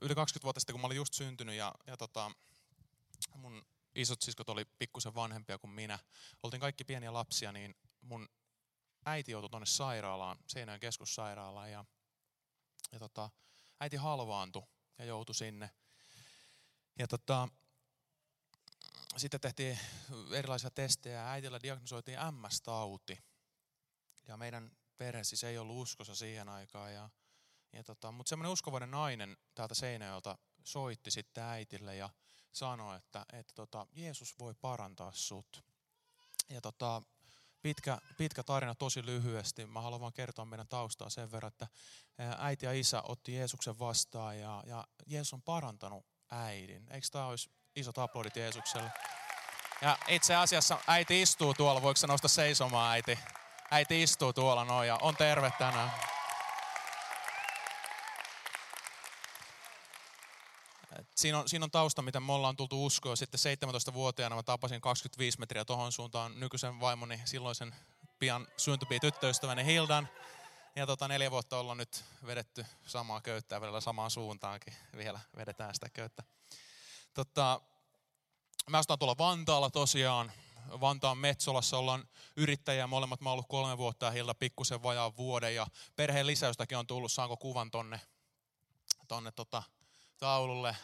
yli 20 vuotta sitten, kun mä olin just syntynyt ja mun isot siskot oli pikkusen vanhempia kuin minä. Oltiin kaikki pieniä lapsia, niin mun äiti joutui tuonne sairaalaan, Seinäjoen keskussairaalaan ja äiti halvaantui ja joutui sinne. Ja sitten tehtiin erilaisia testejä ja äitillä diagnosoitiin MS-tauti. Ja meidän perhe siis ei ollut uskossa siihen aikaan. Mutta semmoinen uskovainen nainen täältä Seinäjoelta soitti sitten äitille ja sanoi, että Jeesus voi parantaa sut. Ja pitkä tarina tosi lyhyesti. Mä haluan vaan kertoa meidän taustaa sen verran, että äiti ja isä otti Jeesuksen vastaan ja Jeesus on parantanut äidin. Eikö tämä olisi isot aplodit Jeesukselle? Ja itse asiassa äiti istuu tuolla. Voiko sä nousta seisomaan, äiti? Äiti istuu tuolla noin ja on terve tänään. Siinä on tausta, miten me ollaan tultu uskoon. Sitten 17-vuotiaana mä tapasin 25 metriä tohon suuntaan nykyisen vaimoni, silloisen pian soon to be -tyttöystäväni Hildan. Ja 4 vuotta ollaan nyt vedetty samaa köyttä ja välillä samaan suuntaankin. Vielä vedetään sitä köyttä. Mä asun tuolla Vantaalla tosiaan. Vantaan Metsolassa ollaan yrittäjiä molemmat. Mä oon ollut 3 vuotta ja Hilda pikkusen vajaan vuoden. Ja perheen lisäystäkin on tullut. Saanko kuvan tonne taululle?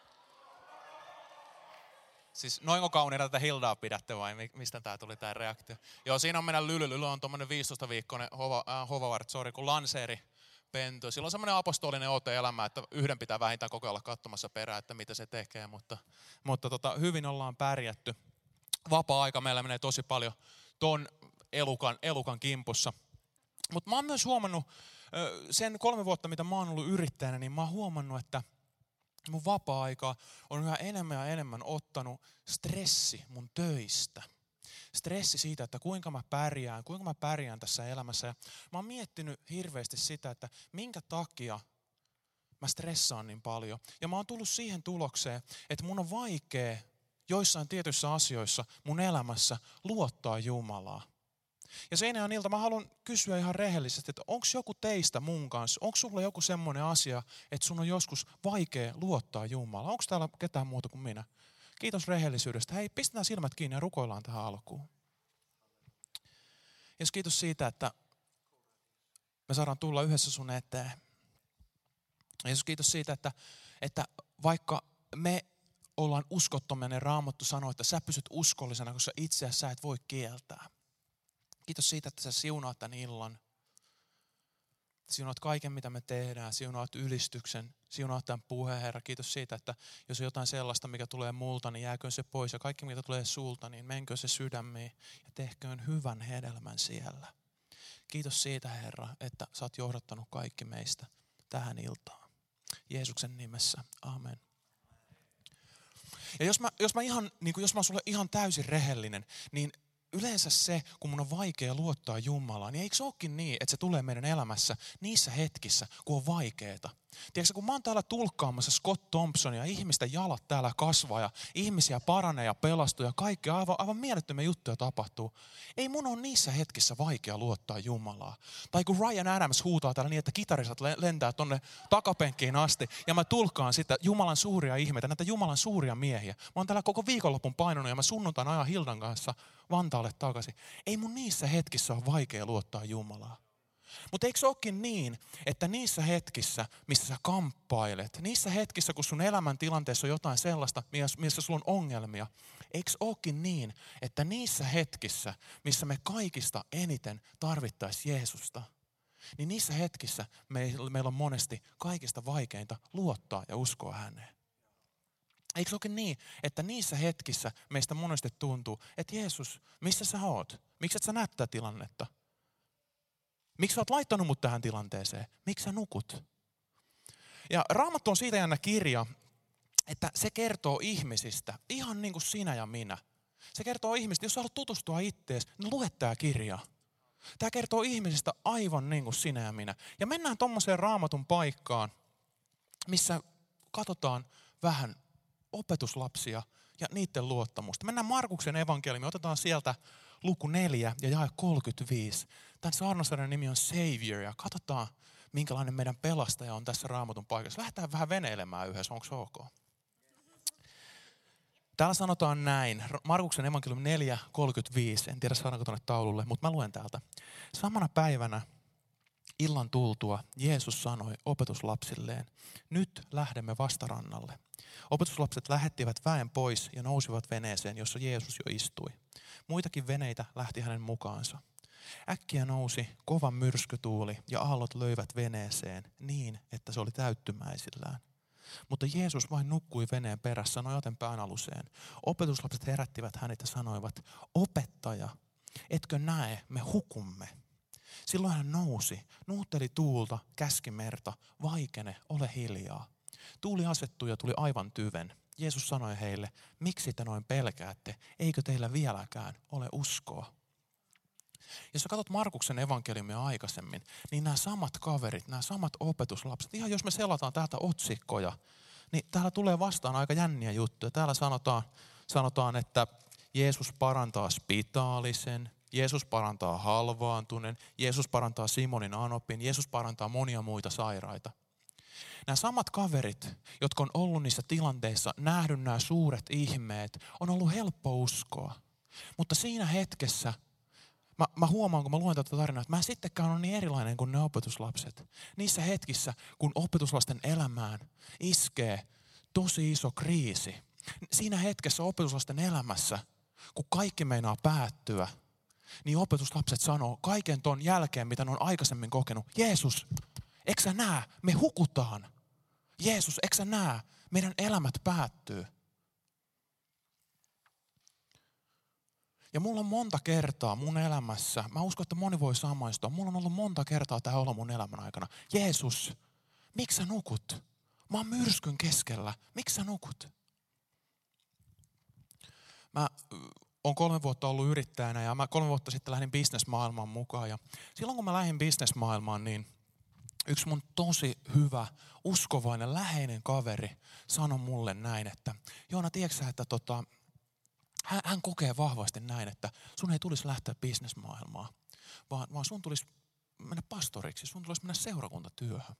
Siis noinko kauniina tätä Hildaa pidätte vai mistä tää tuli tää reaktio? Joo, siinä on meidän Lyly. Lyly on tommonen 15-viikkoinen kun lanseeri pentu. Sillä on semmoinen apostolinen ote elämä, että yhden pitää vähintään koko ajan olla katsomassa perään, että mitä se tekee. Mutta hyvin ollaan pärjätty. Vapaa-aika meillä menee tosi paljon ton elukan kimpussa. Mutta mä oon myös huomannut, sen 3 vuotta mitä mä oon ollut yrittäjänä, niin mä oon huomannut, että mun vapaa-aika on yhä enemmän ja enemmän ottanut stressi mun töistä. Stressi siitä, että kuinka mä pärjään tässä elämässä. Ja mä oon miettinyt hirveästi sitä, että minkä takia mä stressaan niin paljon. Ja mä oon tullut siihen tulokseen, että mun on vaikea joissain tietyissä asioissa mun elämässä luottaa Jumalaa. Ja Seinäjoen ilta mä haluan kysyä ihan rehellisesti, että onko joku teistä mun kanssa, onko sulla joku semmoinen asia, että sun on joskus vaikea luottaa Jumalaa? Onko täällä ketään muuta kuin minä? Kiitos rehellisyydestä. Hei, pistetään silmät kiinni ja rukoillaan tähän alkuun. Jeesus, kiitos siitä, että me saadaan tulla yhdessä sun eteen. Jeesus, kiitos siitä, että vaikka me ollaan uskottomia, niin Raamattu sanoo, että sä pysyt uskollisena, koska itseäsi sä et voi kieltää. Kiitos siitä, että sä siunaat tämän illan. Siunaat kaiken, mitä me tehdään. Siunaat ylistyksen. Siunaat tämän puheen, Herra. Kiitos siitä, että jos on jotain sellaista, mikä tulee multa, niin jääköön se pois. Ja kaikki, mitä tulee sulta, niin menkö se sydämiin ja tehköön hyvän hedelmän siellä. Kiitos siitä, Herra, että sä oot johdattanut kaikki meistä tähän iltaan. Jeesuksen nimessä. Amen. Ja jos mä oon sulle ihan täysin rehellinen, niin yleensä se, kun mun on vaikea luottaa Jumalaan, niin eikö se olekin niin, että se tulee meidän elämässä niissä hetkissä, kun on vaikeeta? Tiedätkö, kun mä oon täällä tulkkaamassa Scott Thompsonia ja ihmisten jalat täällä kasvaa ja ihmisiä paranee ja pelastuu ja kaikki aivan mielettömiä juttuja tapahtuu. Ei mun on niissä hetkissä vaikea luottaa Jumalaa. Tai kun Ryan Adams huutaa täällä niin, että kitarisat lentää tonne takapenkkiin asti ja mä tulkkaan sitä Jumalan suuria ihmeitä, näitä Jumalan suuria miehiä. Mä oon täällä koko viikonlopun painunut ja mä sunnuntaina ajan Hildan kanssa Vantaalle takaisin. Ei mun niissä hetkissä ole vaikea luottaa Jumalaa. Mutta eikö se olekin niin, että niissä hetkissä, missä sä kamppailet, niissä hetkissä, kun sun elämäntilanteessa on jotain sellaista, missä sulla on ongelmia, eikö se olekin niin, että niissä hetkissä, missä me kaikista eniten tarvittaisiin Jeesusta, niin niissä hetkissä meillä on monesti kaikista vaikeinta luottaa ja uskoa häneen. Eikö se olekin niin, että niissä hetkissä meistä monesti tuntuu, että Jeesus, missä sä oot? Miksi et sä näe tätä tilannetta? Miksi sä oot laittanut mut tähän tilanteeseen? Miksi sä nukut? Ja Raamattu on siitä jännä kirja, että se kertoo ihmisistä, ihan niin kuin sinä ja minä. Se kertoo ihmisistä, jos sä haluat tutustua ittees, niin lue tää kirja. Tää kertoo ihmisistä aivan niin kuin sinä ja minä. Ja mennään tommoseen Raamatun paikkaan, missä katsotaan vähän opetuslapsia ja niiden luottamusta. Mennään Markuksen evankeliumiin, otetaan sieltä luku 4 ja jae 35. Tämän saarnasarjan nimi on Savior ja katsotaan, minkälainen meidän pelastaja on tässä Raamatun paikassa. Lähdetään vähän veneilemään yhdessä, onko se ok? Täällä sanotaan näin, Markuksen evankeliumi 4:35, en tiedä saadaanko tuonne taululle, mutta mä luen täältä. Samana päivänä illan tultua Jeesus sanoi opetuslapsilleen, nyt lähdemme vastarannalle. Opetuslapset lähettivät väen pois ja nousivat veneeseen, jossa Jeesus jo istui. Muitakin veneitä lähti hänen mukaansa. Äkkiä nousi kova myrskytuuli ja aallot löivät veneeseen niin, että se oli täyttymäisillään. Mutta Jeesus vain nukkui veneen perässä nojaten pään aluseen. Opetuslapset herättivät hänet ja sanoivat, opettaja, etkö näe, me hukumme. Silloin hän nousi, nuutteli tuulta, käski merta, vaikene, ole hiljaa. Tuuli asettui ja tuli aivan tyven. Jeesus sanoi heille, miksi te noin pelkäätte, eikö teillä vieläkään ole uskoa? Jos sä katsot Markuksen evankeliumia aikaisemmin, niin nämä samat kaverit, nämä samat opetuslapset, ihan jos me selataan täältä otsikkoja, niin täällä tulee vastaan aika jänniä juttuja. Täällä sanotaan, että Jeesus parantaa spitaalisen, Jeesus parantaa halvaantuneen, Jeesus parantaa Simonin anopin, Jeesus parantaa monia muita sairaita. Nämä samat kaverit, jotka on ollut niissä tilanteissa, nähnyt nämä suuret ihmeet, on ollut helppo uskoa. Mutta siinä hetkessä, mä huomaan, kun mä luen tätä tarinaa, että mä en sittenkään ole niin erilainen kuin ne opetuslapset. Niissä hetkissä, kun opetuslasten elämään iskee tosi iso kriisi. Siinä hetkessä opetuslasten elämässä, kun kaikki meinaa päättyä, niin opetuslapset sanoo kaiken ton jälkeen, mitä ne on aikaisemmin kokenut. Jeesus, eikö sä näe? Me hukutaan. Jeesus, eikö sä näe? Meidän elämät päättyy. Ja mulla on monta kertaa mun elämässä, mä uskon, että moni voi samaistua, mulla on ollut monta kertaa tämä olo mun elämän aikana. Jeesus, miksi sä nukut? Mä oon myrskyn keskellä, miksi sä nukut? Mä oon 3 vuotta ollut yrittäjänä ja mä 3 vuotta sitten lähdin bisnesmaailmaan mukaan. Ja silloin kun mä lähdin bisnesmaailmaan, niin yksi mun tosi hyvä, uskovainen, läheinen kaveri sanoi mulle näin, että Joona, tiedätkö sä, että hän kokee vahvasti näin, että sun ei tulisi lähteä bisnesmaailmaan, vaan sun tulisi mennä pastoriksi, sun tulisi mennä seurakuntatyöhön.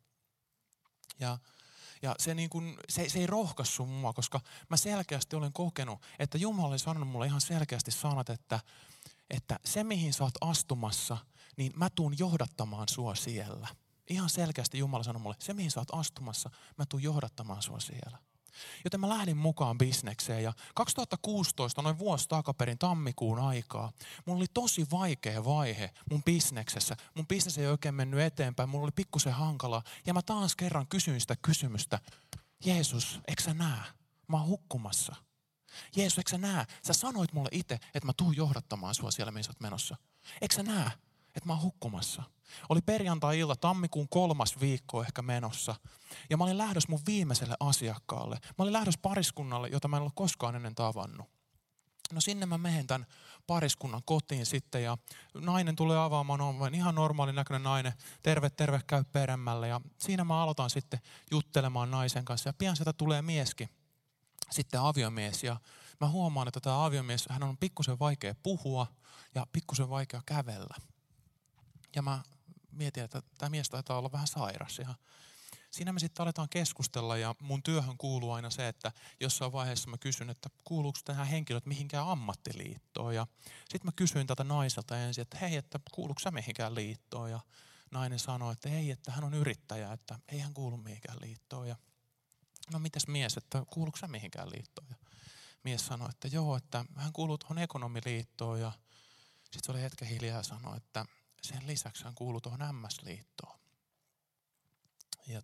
Ja se ei rohkaissut mua, koska mä selkeästi olen kokenut, että Jumala oli sanonut mulle ihan selkeästi sanat, että se mihin sä oot astumassa, niin mä tuun johdattamaan sua siellä. Ihan selkeästi Jumala sanoi mulle, se mihin sä oot astumassa, mä tuun johdattamaan sua siellä. Joten mä lähdin mukaan bisnekseen ja 2016, noin vuosi takaperin tammikuun aikaa, mulla oli tosi vaikea vaihe mun bisneksessä. Mun bisnes ei oikein mennyt eteenpäin, mulla oli pikkusen hankalaa ja mä taas kerran kysyin sitä kysymystä, Jeesus, eikö sä näe? Mä oon hukkumassa. Jeesus, eikö sä näe? Sä sanoit mulle itse, että mä tuun johdattamaan sua siellä, missä oot menossa. Eikö sä näe, että mä oon hukkumassa? Oli perjantai-ilta, tammikuun 3. viikko ehkä menossa. Ja mä olin lähdössä mun viimeiselle asiakkaalle. Mä olin lähdössä pariskunnalle, jota mä en ole koskaan ennen tavannut. No sinne mä menen tämän pariskunnan kotiin sitten ja nainen tulee avaamaan oven. Ihan normaalin näköinen nainen. Terve, käy peremmälle. Ja siinä mä aloitan sitten juttelemaan naisen kanssa. Ja pian sieltä tulee mieskin. Sitten aviomies. Ja mä huomaan, että tämä aviomies, hän on pikkusen vaikea puhua ja pikkusen vaikea kävellä. Ja mä mietin, että tämä mies taitaa olla vähän sairas. Ja siinä me sitten aletaan keskustella ja mun työhön kuuluu aina se, että jossain vaiheessa mä kysyn, että kuuluuko tähän henkilöt mihinkään ammattiliittoon. Ja sitten mä kysyin tältä naiselta ensin, että hei, että kuuluuko sä mihinkään liittoon. Ja nainen sanoi, että ei, että hän on yrittäjä, että ei hän kuulu mihinkään liittoon. Ja no mitäs mies, että kuuluuko sä mihinkään liittoon. Ja mies sanoi, että joo, että hän kuuluu tuohon ekonomiliittoon. Ja sitten se oli hetken hiljaa ja sanoi, että sen lisäksi hän kuuluu tuohon MS-liittoon. Ja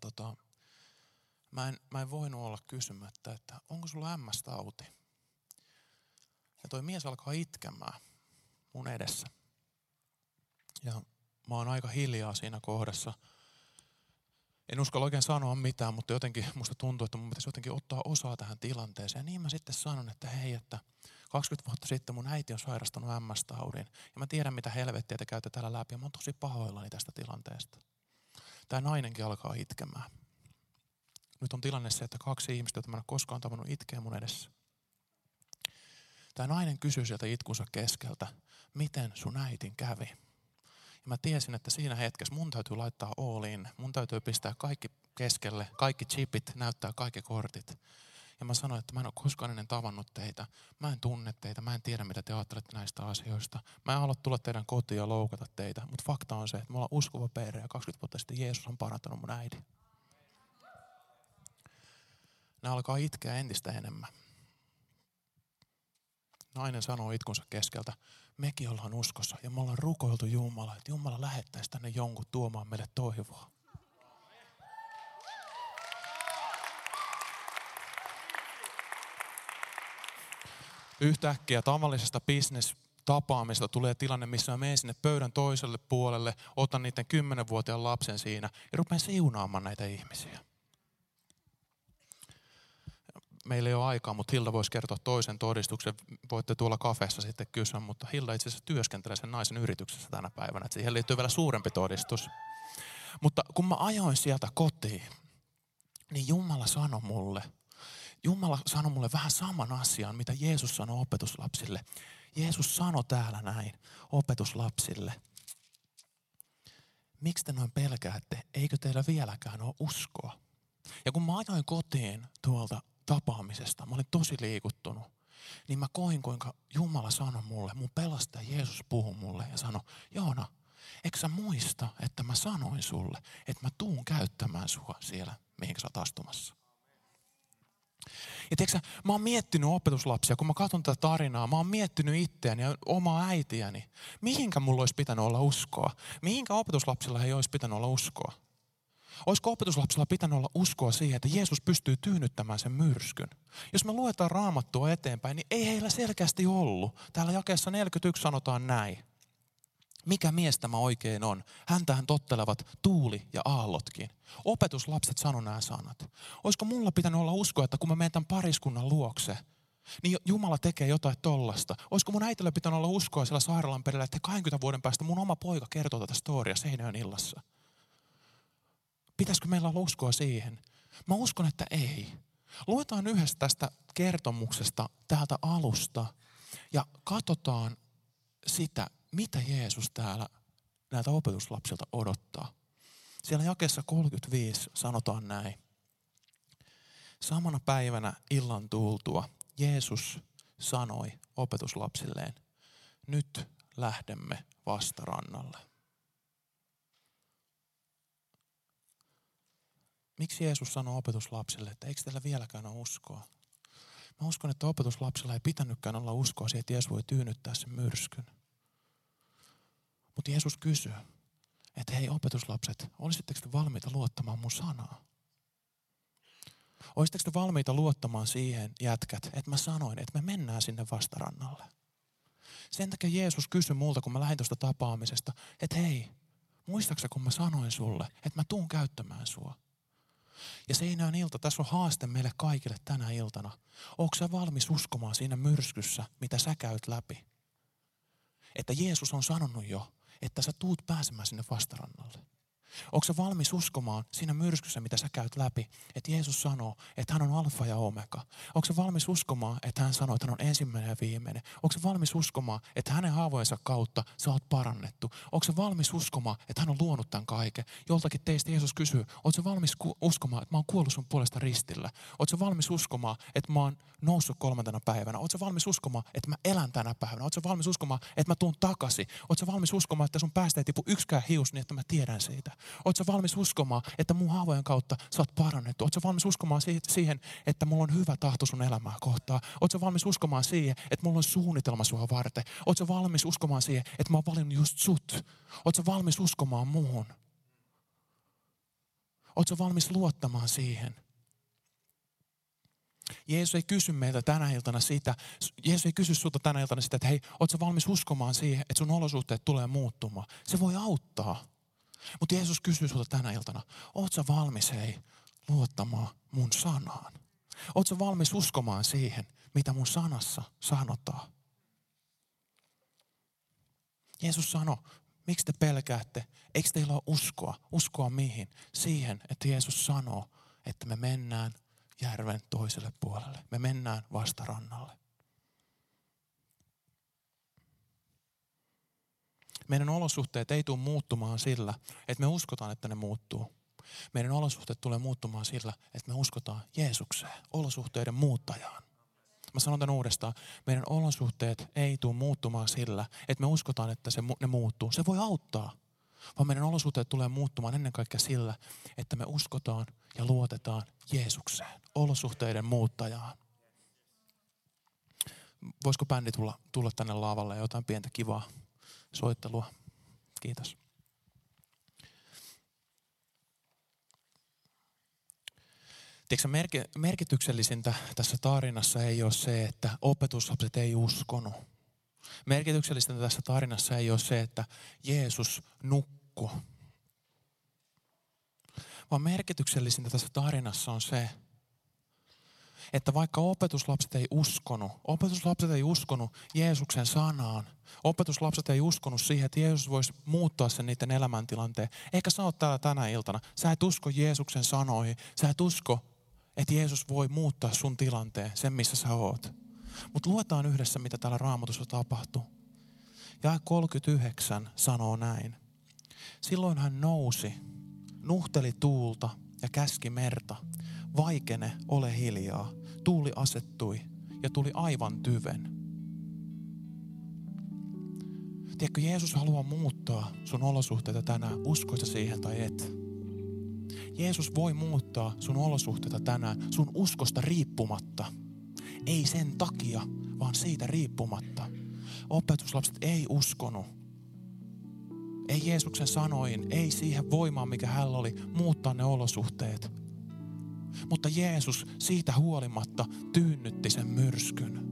mä en voinut olla kysymättä, että onko sulla MS-tauti? Ja toi mies alkaa itkemään mun edessä. Ja mä oon aika hiljaa siinä kohdassa. En uskalla oikein sanoa mitään, mutta jotenkin musta tuntuu, että mun pitäisi jotenkin ottaa osaa tähän tilanteeseen. Ja niin mä sitten sanon, että hei, että 20 vuotta sitten mun äiti on sairastunut MS-taudin. Ja mä tiedän, mitä helvettiä te käytte täällä läpi. Ja mä oon tosi pahoillani tästä tilanteesta. Tämä nainenkin alkaa itkemään. Nyt on tilanne se, että 2 ihmistä, joita mä en ole koskaan tavannut, itkee mun edessä. Tämä nainen kysyy sieltä itkunsa keskeltä, miten sun äitin kävi? Ja mä tiesin, että siinä hetkessä mun täytyy laittaa all in. Mun täytyy pistää kaikki keskelle, kaikki chipit, näyttää kaikki kortit. Ja mä sanoin, että mä en ole koskaan ennen tavannut teitä. Mä en tunne teitä, mä en tiedä mitä te ajattelette näistä asioista. Mä en halua tulla teidän kotiin ja loukata teitä. Mutta fakta on se, että me ollaan uskova perhe ja 20 vuotta sitten Jeesus on parantanut mun äidin. Ne alkaa itkeä entistä enemmän. Nainen sanoo itkunsa keskeltä, mekin ollaan uskossa ja me ollaan rukoiltu Jumala, että Jumala lähettäisi tänne jonkun tuomaan meille toivoa. Yhtäkkiä tavallisesta business-tapaamista tulee tilanne, missä mä menen sinne pöydän toiselle puolelle, otan niiden 10-vuotiaan lapsen siinä ja rupean siunaamaan näitä ihmisiä. Meillä ei ole aikaa, mutta Hilda voisi kertoa toisen todistuksen. Voitte tuolla kafeessa sitten kysyä, mutta Hilda itse asiassa työskentelee sen naisen yrityksessä tänä päivänä. Että siihen liittyy vielä suurempi todistus. Mutta kun mä ajoin sieltä kotiin, niin Jumala sanoi mulle vähän saman asian, mitä Jeesus sanoi opetuslapsille. Jeesus sanoi täällä näin opetuslapsille. Miksi te noin pelkäätte? Eikö teillä vieläkään ole uskoa? Ja kun mä ajoin kotiin tuolta tapaamisesta, mä olin tosi liikuttunut, niin mä koin, kuinka Jumala sanoi mulle, mun pelastaja Jeesus puhui mulle ja sanoi, Joona, eikö sä muista, että mä sanoin sulle, että mä tuun käyttämään sua siellä, mihin sä oot astumassa. Ja tiedätkö, mä oon miettinyt opetuslapsia, kun mä katson tätä tarinaa, mä oon miettinyt itseäni ja omaa äitiäni. Mihinkä mulla olisi pitänyt olla uskoa? Mihinkä opetuslapsilla ei olisi pitänyt olla uskoa? Olisiko opetuslapsilla pitänyt olla uskoa siihen, että Jeesus pystyy tyynnyttämään sen myrskyn? Jos me luetaan Raamattua eteenpäin, niin ei heillä selkeästi ollut. Täällä jakeessa 41 sanotaan näin. Mikä mies tämä oikein on? Häntähän tottelevat tuuli ja aallotkin. Opetuslapset sanoi nämä sanat. Olisiko mulla pitänyt olla uskoa, että kun mä menen tämän pariskunnan luokse, niin Jumala tekee jotain tollasta. Olisiko mun äitillä pitänyt olla uskoa siellä sairaalan perillä, että 20 vuoden päästä mun oma poika kertoo tätä storia Seinäjoen illassa? Pitäisikö meillä olla uskoa siihen? Mä uskon, että ei. Luetaan yhdessä tästä kertomuksesta täältä alusta ja katsotaan sitä, mitä Jeesus täällä näiltä opetuslapsilta odottaa. Siellä jakeessa 35 sanotaan näin. Samana päivänä illan tultua Jeesus sanoi opetuslapsilleen, nyt lähdemme vastarannalle. Miksi Jeesus sanoi opetuslapsille, että eikö teillä vieläkään ole uskoa? Mä uskon, että opetuslapsilla ei pitänytkään olla uskoa siihen, että Jeesus voi tyynnyttää sen myrskyn. Mutta Jeesus kysyy, että hei opetuslapset, olisitteko te valmiita luottamaan mun sanaa? Olisitteko te valmiita luottamaan siihen, jätkät, että mä sanoin, että me mennään sinne vastarannalle? Sen takia Jeesus kysyi multa, kun mä lähdin tuosta tapaamisesta, että hei, muistaaksä kun mä sanoin sulle, että mä tuun käyttämään sua? Ja Seinäjoen ilta, tässä on haaste meille kaikille tänä iltana. Ootko sä valmis uskomaan siinä myrskyssä, mitä sä käyt läpi? Että Jeesus on sanonut jo, että sä tuut pääsemään sinne vastarannalle. Onko sä valmis uskomaan siinä myrskyssä, mitä sä käyt läpi, että Jeesus sanoo, että hän on alfa ja omega? Onko sä valmis uskomaan, että hän sanoo, että hän on ensimmäinen ja viimeinen? Onko sä valmis uskomaan, että hänen haavojensa kautta sä oot parannettu? Onko sä valmis uskomaan, että hän on luonut tämän kaiken? Joltakin teistä Jeesus kysyy, oot sä valmis uskomaan, että mä oon kuollut sun puolesta ristillä? Oot sä valmis uskomaan, että mä oon noussut 3. päivänä? Oot sä valmis uskomaan, että mä elän tänä päivänä? Oot sä valmis uskomaan, että mä tuun takaisin? Oot sä valmis uskomaan, että sun päästä ei tipu yksikään hius niin, että mä tiedän siitä? Oletko sä valmis uskomaan, että mun haavojen kautta sä oot parannettu? Oletko sä valmis uskomaan siihen, että mulla on hyvä tahto sun elämää kohtaan? Oletko sä valmis uskomaan siihen, että mulla on suunnitelma sua varten? Oletko sä valmis uskomaan siihen, että mä oon valinnut just sut? Oletko sä valmis uskomaan muuhun? Oletko sä valmis luottamaan siihen? Jeesus ei kysy meiltä tänä iltana sitä, Jeesus ei kysy sulta tänä iltana sitä, että hei, oletko sä valmis uskomaan siihen, että sun olosuhteet tulee muuttumaan? Se voi auttaa. Mutta Jeesus kysyy sulta tänä iltana, oot sä valmis luottamaan mun sanaan? Oot sä valmis uskomaan siihen, mitä mun sanassa sanotaan? Jeesus sanoi, miksi te pelkäätte? Eikö teillä ole uskoa? Uskoa mihin? Siihen, että Jeesus sanoo, että me mennään järven toiselle puolelle. Me mennään vastarannalle. Meidän olosuhteet ei tule muuttumaan sillä, että me uskotaan, että ne muuttuu. Meidän olosuhteet tulee muuttumaan sillä, että me uskotaan Jeesukseen, olosuhteiden muuttajaan. Mä sanon tämän uudestaan. Meidän olosuhteet ei tule muuttumaan sillä, että me uskotaan, että ne muuttuu. Se voi auttaa, vaan meidän olosuhteet tulee muuttumaan ennen kaikkea sillä, että me uskotaan ja luotetaan Jeesukseen, olosuhteiden muuttajaan. Voisiko bändi tulla tänne lavalle ja jotain pientä kivaa soittelua? Kiitos. Tiedätkö, merkityksellisintä tässä tarinassa ei ole se, että opetuslapset ei uskonut. Merkityksellisintä tässä tarinassa ei ole se, että Jeesus nukkui. Vaan merkityksellisintä tässä tarinassa on se, että vaikka opetuslapset ei uskonut Jeesuksen sanaan, opetuslapset ei uskonut siihen, että Jeesus voisi muuttaa sen niiden elämäntilanteen. Ehkä sä oot täällä tänä iltana, sä et usko Jeesuksen sanoihin, sä et usko, että Jeesus voi muuttaa sun tilanteen, sen missä sä oot. Mutta luetaan yhdessä, mitä täällä Raamatussa tapahtuu. Jae 39 sanoo näin. Silloin hän nousi, nuhteli tuulta ja käski merta. Vaikene, ole hiljaa. Tuuli asettui ja tuli aivan tyven. Tiedätkö, Jeesus haluaa muuttaa sun olosuhteita tänään, uskoit siihen tai et. Jeesus voi muuttaa sun olosuhteita tänään sun uskosta riippumatta. Ei sen takia, vaan siitä riippumatta. Opetuslapset ei uskonut. Ei Jeesuksen sanoihin, ei siihen voimaan, mikä hänellä oli, muuttaa ne olosuhteet. Mutta Jeesus siitä huolimatta tyynnytti sen myrskyn.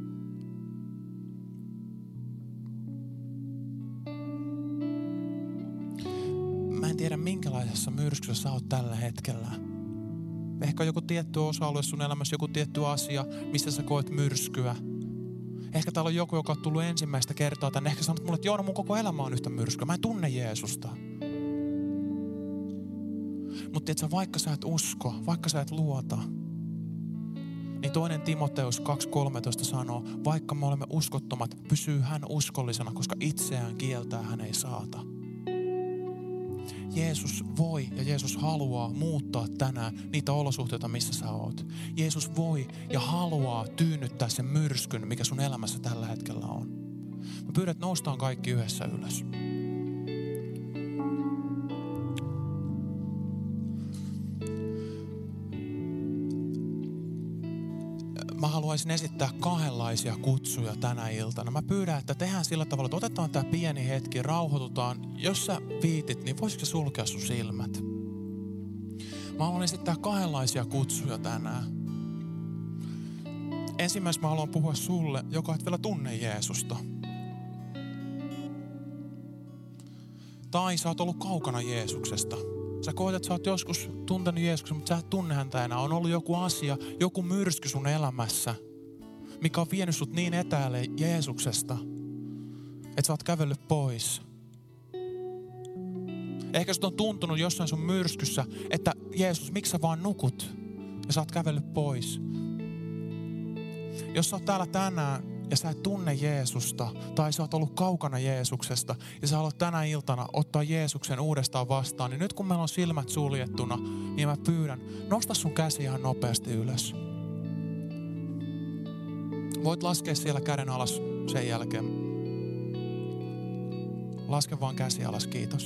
Mä en tiedä, minkälaisessa myrskyssä sä oot tällä hetkellä. Ehkä joku tietty osa-alue sun elämässä, joku tietty asia, missä sä koet myrskyä. Ehkä täällä on joku, joka on tullut ensimmäistä kertaa tänne. Ehkä sanot mulle, että joo, mun koko elämä on yhtä myrskyä. Mä en tunne Jeesusta. Mutta tiedätkö, vaikka sä et usko, vaikka sä et luota, niin 2. Timoteus 2.13 sanoo, vaikka me olemme uskottomat, pysyy hän uskollisena, koska itseään kieltää hän ei saata. Jeesus voi ja Jeesus haluaa muuttaa tänään niitä olosuhteita, missä sä oot. Jeesus voi ja haluaa tyynnyttää sen myrskyn, mikä sun elämässä tällä hetkellä on. Mä pyydän, että noustaan kaikki yhdessä ylös. Mä haluaisin esittää 2 kutsuja tänä iltana. Mä pyydän, että tehdään sillä tavalla, että otetaan tää pieni hetki, rauhoitutaan. Jos sä viitit, niin voisitko sulkea sun silmät? Mä haluan esittää 2 kutsuja tänään. Ensimmäisenä mä haluan puhua sulle, joka et vielä tunne Jeesusta. Tai sä oot ollut kaukana Jeesuksesta. Sä koet, että sä oot joskus tuntenut Jeesuksen, mutta sä et tunne häntä enää. On ollut joku asia, joku myrsky sun elämässä, mikä on vienyt sut niin etäälle Jeesuksesta, että sä oot kävellyt pois. Ehkä sut on tuntunut jossain sun myrskyssä, että Jeesus, miksi sä vaan nukut? Ja sä oot kävellyt pois. Jos sä oot täällä tänään ja sä et tunne Jeesusta, tai sä oot ollut kaukana Jeesuksesta, ja sä haluat tänä iltana ottaa Jeesuksen uudestaan vastaan, niin nyt kun meillä on silmät suljettuna, niin mä pyydän, nosta sun käsi ihan nopeasti ylös. Voit laskea siellä käden alas sen jälkeen. Laske vaan käsi alas, kiitos.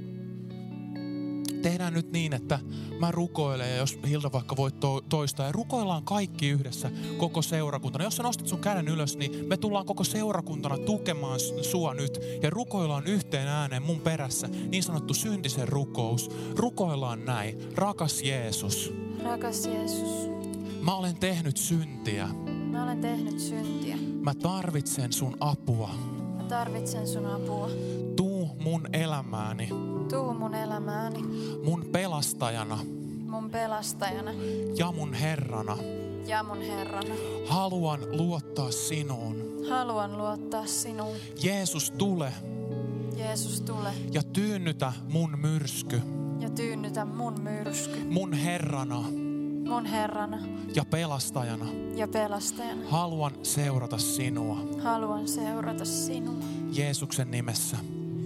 Tehdään nyt niin, että mä rukoilen, ja jos Hilda vaikka voit toistaa, ja rukoillaan kaikki yhdessä, koko seurakuntana. Jos sä nostat sun käden ylös, niin me tullaan koko seurakuntana tukemaan sua nyt, ja rukoillaan yhteen ääneen mun perässä, niin sanottu syntisen rukous. Rukoillaan näin, rakas Jeesus. Rakas Jeesus. Mä olen tehnyt syntiä. Mä olen tehnyt syntiä. Mä tarvitsen sun apua. Mä tarvitsen sun apua. Tuu mun elämääni. Tuu mun elämääni. Mun pelastajana. Mun pelastajana. Ja mun Herrana. Ja mun Herrana. Haluan luottaa sinuun. Haluan luottaa sinuun. Jeesus, tule. Jeesus, tule. Ja tyynnytä mun myrsky. Ja tyynnytä mun myrsky. Mun Herrana. Mun Herrana. Ja pelastajana. Ja pelastajana. Haluan seurata sinua. Haluan seurata sinua. Jeesuksen nimessä.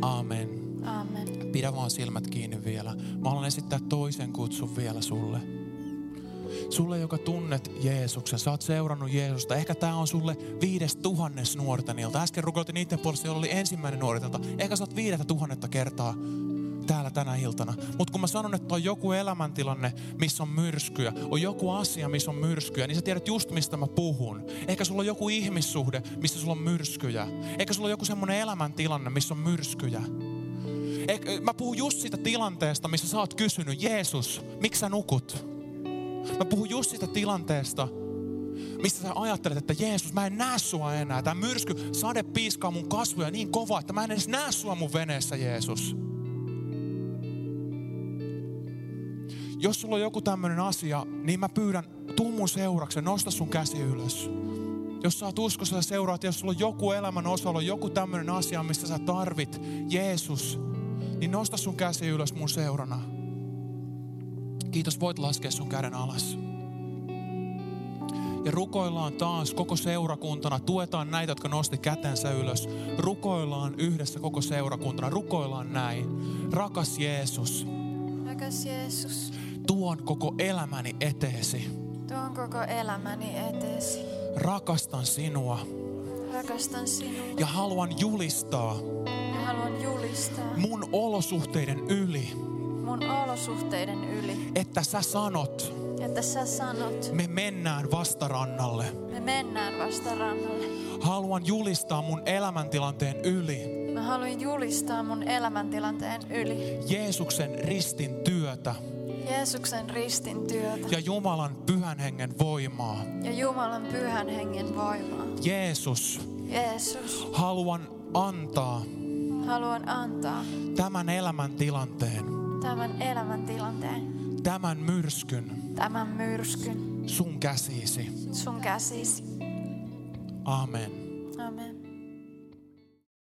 Aamen. Amen. Pidä vaan silmät kiinni vielä. Mä haluan esittää toisen kutsun vielä sulle. Sulle, joka tunnet Jeesuksen, sä oot seurannut Jeesusta. Ehkä tää on sulle 5000 nuortenilta. Äsken rukoiltiin niiden puolesta, joilla oli ensimmäinen nuortenilta. Ehkä sä oot 5000 kertaa täällä tänä iltana. Mutta kun mä sanon, että on joku elämäntilanne, missä on myrskyjä, on joku asia, missä on myrskyjä, niin sä tiedät just, mistä mä puhun. Ehkä sulla on joku ihmissuhde, missä sulla on myrskyjä. Ehkä sulla on joku semmoinen elämäntilanne, missä on myrskyjä. Mä puhun just siitä tilanteesta, missä sä oot kysynyt, Jeesus, miksi sä nukut? Mä puhun just siitä tilanteesta, mistä sä ajattelet, että Jeesus, mä en näe sua enää. Tää myrsky, sade piiskaa mun kasvoja niin kovaa, että mä en edes näe sua mun veneessä, Jeesus. Jos sulla on joku tämmönen asia, niin mä pyydän, tuu mun seuraksi, nosta sun käsi ylös. Jos sä oot uskossa ja seuraat, jos sulla on joku elämän osa, joku tämmönen asia, mistä sä tarvit Jeesus, niin nosta sun käsi ylös mun seurana. Kiitos, voit laskea sun käden alas. Ja rukoillaan taas koko seurakuntana. Tuetaan näitä, jotka nosti kätensä ylös. Rukoillaan yhdessä koko seurakuntana. Rukoillaan näin. Rakas Jeesus. Rakas Jeesus. Tuon koko elämäni eteesi. Tuon koko elämäni eteesi. Rakastan sinua. Rakastan sinua. Ja haluan julistaa. Ja haluan julistaa. Mun olosuhteiden yli. Mun olosuhteiden yli. Että sä sanot. Että sä sanot. Me mennään vastarannalle. Me mennään vastarannalle. Haluan julistaa mun elämäntilanteen yli. Mä haluan julistaa mun elämäntilanteen yli. Jeesuksen ristin työtä. Jeesuksen ristin työtä. Ja Jumalan pyhän hengen voimaa. Ja Jumalan pyhän hengen voimaa. Jeesus. Jeesus. Haluan antaa. Haluan antaa. Tämän elämäntilanteen. Tämän elämäntilanteen. Tämän myrskyn. Tämän myrskyn. Sun käsiisi. Sun käsisi. Amen. Amen.